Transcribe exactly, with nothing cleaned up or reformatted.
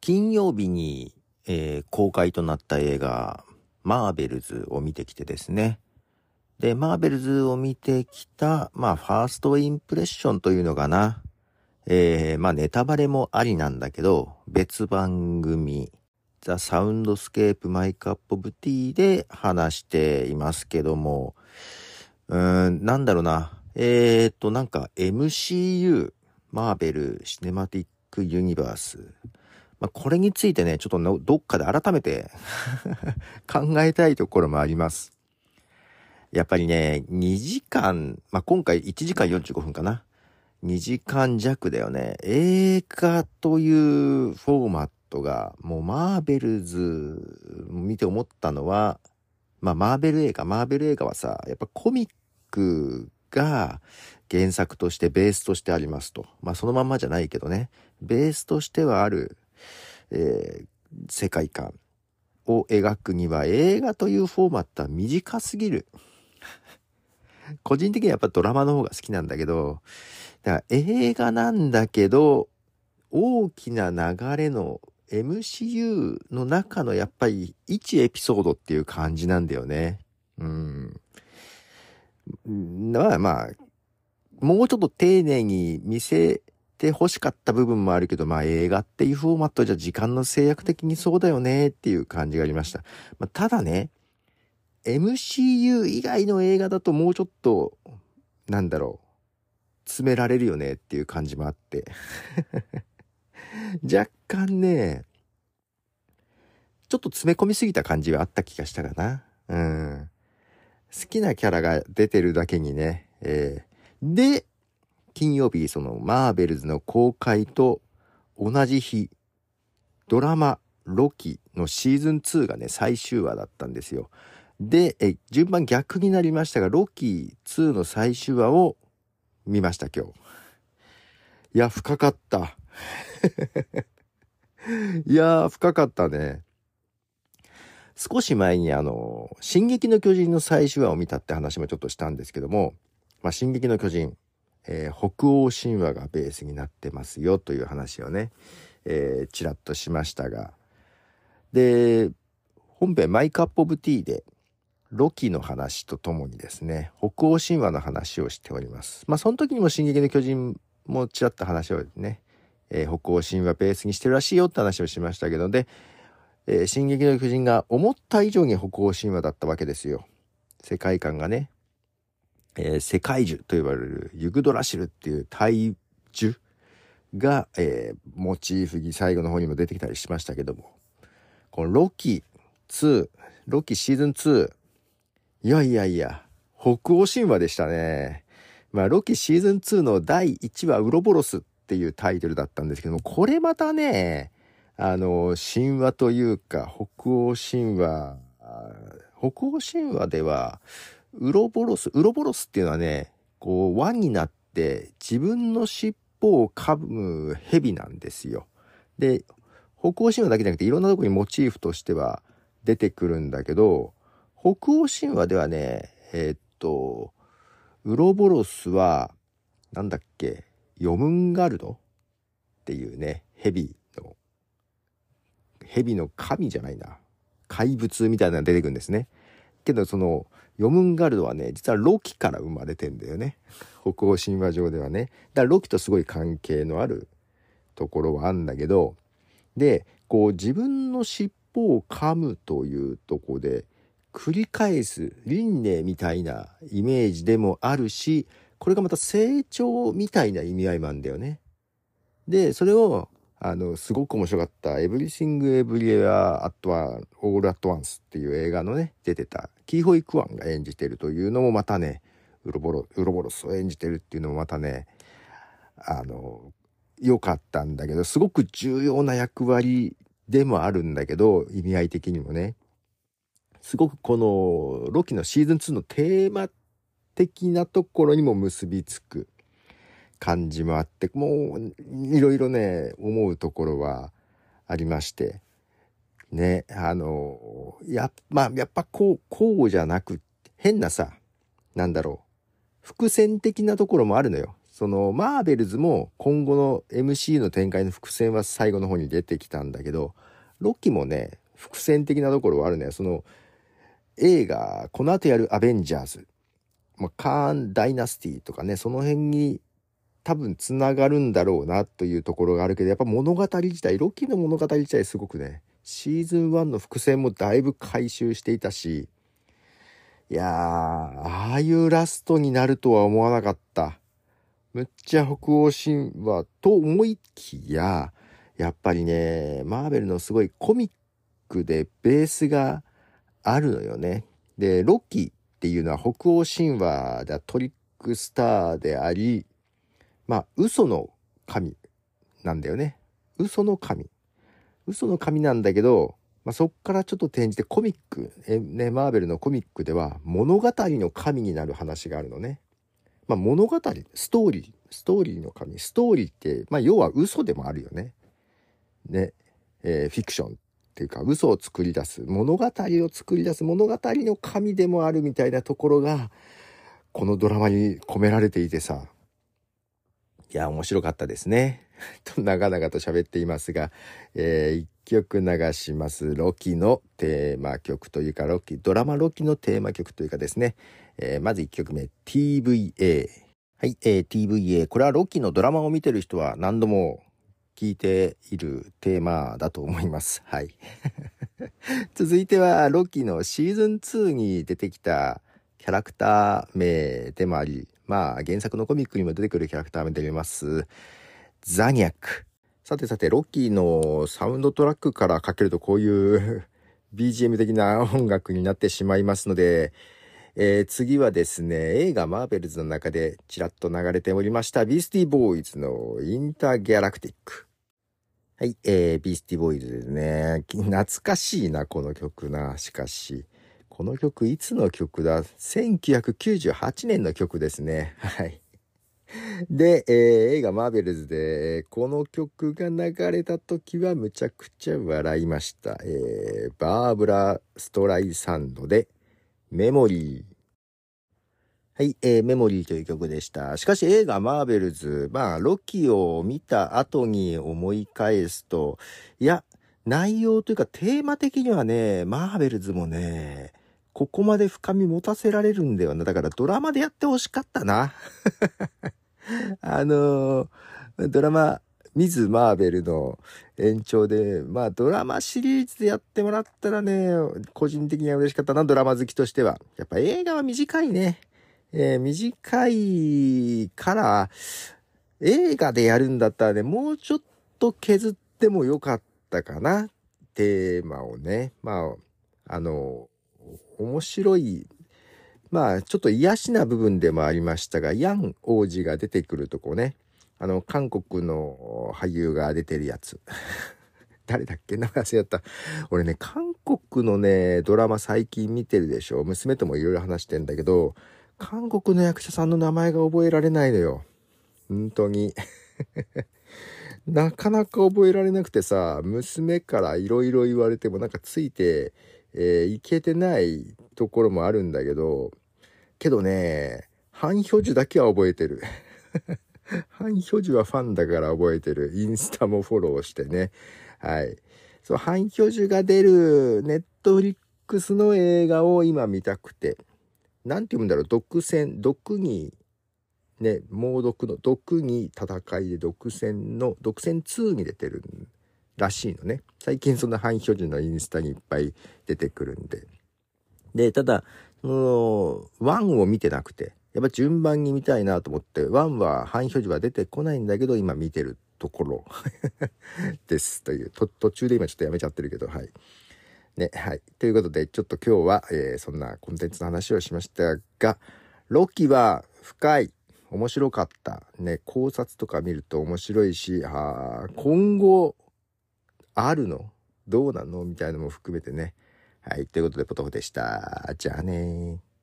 金曜日に、えー公開となった映画マーベルズを見てきてですね。で、マーベルズを見てきた、まあ、ファーストインプレッションというのかな。えー、まあ、ネタバレもありなんだけど、別番組、ザ・サウンドスケープ・マイ・カップ・オブ・ティーで話していますけども、うーん、なんだろうな。えーっと、なんか エムシーユー、マーベル・シネマティック・ユニバース。まあ、これについてね、ちょっとのどっかで改めて考えたいところもあります。やっぱりね、にじかん、まあ、今回いちじかんよんじゅうごふんかな。にじかん弱だよね。映画というフォーマットが、もうマーベルズ見て思ったのは、まあマーベル映画、マーベル映画はさ、やっぱコミックが原作としてベースとしてありますと。まあそのまんまじゃないけどね、ベースとしてはある、えー世界観を描くには映画というフォーマットは短すぎる。個人的にはやっぱドラマの方が好きなんだけど、だから映画なんだけど、大きな流れの エムシーユー の中のやっぱり一エピソードっていう感じなんだよね。うん。まあまあ、もうちょっと丁寧に見せて欲しかった部分もあるけど、まあ映画っていうフォーマットじゃ時間の制約的にそうだよねっていう感じがありました。まあ、ただね、エムシーユー 以外の映画だともうちょっと、なんだろう、詰められるよねっていう感じもあって。若干ね、ちょっと詰め込みすぎた感じはあった気がしたかな。うん。好きなキャラが出てるだけにね。えー、で、金曜日、そのマーベルズの公開と同じ日、ドラマロキのシーズンツーがね、最終話だったんですよ。で、え順番逆になりましたが、ロキツーの最終話を見ました、今日。いや、深かった。いやー、深かったね。少し前にあの、進撃の巨人の最終話を見たって話もちょっとしたんですけども、まあ、進撃の巨人、えー、北欧神話がベースになってますよという話をね、えー、ちらっとしましたが、で、本編マイカップオブティーで、ロキの話とともにですね、北欧神話の話をしております。まあ、その時にも進撃の巨人もちらっと話をね、えー、北欧神話ベースにしてるらしいよって話をしましたけど、で、えー、進撃の巨人が思った以上に北欧神話だったわけですよ。世界観がね、えー、世界樹と呼ばれるユグドラシルっていう大樹が、えー、モチーフに最後の方にも出てきたりしましたけども、このロキツー、ロキシーズンツー、いやいやいや、北欧神話でしたね。まあ、ロキシーズンツーのだいいちわウロボロスっていうタイトルだったんですけども、これまたね、あの、神話というか、北欧神話、北欧神話では、ウロボロス、ウロボロスっていうのはね、こう、輪になって自分の尻尾を噛む蛇なんですよ。で、北欧神話だけじゃなくていろんなところにモチーフとしては出てくるんだけど、北欧神話ではね、えーっと、ウロボロスは、なんだっけ、ヨムンガルドっていうね、蛇の、蛇の神じゃないな。怪物みたいなのが出てくるんですね。けどその、ヨムンガルドはね、実はロキから生まれてんだよね。北欧神話上ではね。だからロキとすごい関係のあるところはあるんだけど、で、こう自分の尻尾を噛むというところで、繰り返す輪廻みたいなイメージでもあるし、これがまた成長みたいな意味合いもあるんだよね。で、それを、あの、すごく面白かった、Everything Everywhere at One, All at Once っていう映画のね、出てた、キーホイ・クワンが演じてるというのもまたね、ウロボロ、ウロボロスを演じてるっていうのもまたね、あの、良かったんだけど、すごく重要な役割でもあるんだけど、意味合い的にもね、すごくこのロキのシーズンツーのテーマ的なところにも結びつく感じもあって、もういろいろね思うところはありましてね、あのや,、まあ、やっぱこうこうじゃなく変なさ、なんだろう、伏線的なところもあるのよ。 そのマーベルズも今後の エムシーユー の展開の伏線は最後の方に出てきたんだけど、ロキもね伏線的なところはあるね。その映画この後やるアベンジャーズ、まあ、カーンダイナスティとかね、その辺に多分つながるんだろうなというところがあるけど、やっぱ物語自体、ロキの物語自体すごくね、シーズンワンの伏線もだいぶ回収していたし、いやー、ああいうラストになるとは思わなかった。むっちゃ北欧神話と思いきや、やっぱりね、マーベルのすごいコミックでベースがあるのよね。で、ロキっていうのは北欧神話でトリックスターであり、まあ、嘘の神なんだよね。嘘の神。嘘の神なんだけど、まあ、そっからちょっと転じてコミック、え、ね、マーベルのコミックでは物語の神になる話があるのね。まあ、物語、ストーリー、ストーリーの神。ストーリーって、まあ、要は嘘でもあるよね。ね、えー、フィクションっていうか、嘘を作り出す、物語を作り出す、物語の神でもあるみたいなところが、このドラマに込められていてさ、いや、面白かったですね。と長々と喋っていますが、えー、一曲流します。ロキのテーマ曲というか、ロキ、ドラマロキのテーマ曲というかですね。えー、まず一曲目、ティーブイエー。はい、えー、ティーブイエー。これはロキのドラマを見てる人は何度も聞いているテーマだと思います。はい。続いては、ロキのシーズンツーに出てきたキャラクター名でもあり、まあ原作のコミックにも出てくるキャラクター名であります。ザニャック。さてさて、ロッキーのサウンドトラックからかけるとこういう ビージーエム 的な音楽になってしまいますので、えー、次はですね、映画マーベルズの中でちらっと流れておりましたビースティーボーイズのインターギャラクティック。はい、えー、ビースティーボーイズですね。懐かしいな、この曲な。しかし、この曲いつの曲だ？せんきゅうひゃくきゅうじゅうはちねんの曲ですね。はい。で、えー、映画マーベルズでこの曲が流れた時はむちゃくちゃ笑いました。えー、バーブラ・ストライサンドでメモリー。はい、えー、メモリーという曲でした。しかし映画マーベルズ、まあロキを見た後に思い返すと、いや、内容というかテーマ的にはね、マーベルズもね、ここまで深み持たせられるんだよな。だからドラマでやってほしかったな。あのー、ドラマ、ミズ・マーベルの延長で、まあドラマシリーズでやってもらったらね、個人的には嬉しかったな、ドラマ好きとしては。やっぱ映画は短いね。えー、短いから、映画でやるんだったらね、もうちょっと削ってもよかったかな。テーマをね。まあ、あの、面白い、まあ、ちょっと癒しな部分でもありましたが、ヤン王子が出てくるとこね。あの、韓国の俳優が出てるやつ。誰だっけ？名前忘れた。俺ね、韓国のね、ドラマ最近見てるでしょ。娘ともいろいろ話してんだけど、韓国の役者さんの名前が覚えられないのよ。本当に。なかなか覚えられなくてさ、娘からいろいろ言われてもなんかついて、えー、いけてないところもあるんだけど、けどね、ハン・ヒョジュだけは覚えてる。ハン・ヒョジュはファンだから覚えてる。インスタもフォローしてね。はい。そう、ハン・ヒョジュが出るネットフリックスの映画を今見たくて。なんて言うんだろう、独占、独に、ね、猛毒の毒に戦いで独占の、独占ツーに出てるらしいのね。最近そのハン・ヒョジュのインスタにいっぱい出てくるんで。で、ただ、その、ワンを見てなくて、やっぱ順番に見たいなと思って、ワンはハン・ヒョジュは出てこないんだけど、今見てるところです。という、と、途中で今ちょっとやめちゃってるけど、はい。ね、はい。ということで、ちょっと今日は、えー、そんなコンテンツの話をしましたが、ロキは深い、面白かった。ね、考察とか見ると面白いし、あ今後、あるの？どうなの？みたいなのも含めてね。はい。ということで、ポトフでした。じゃあねー。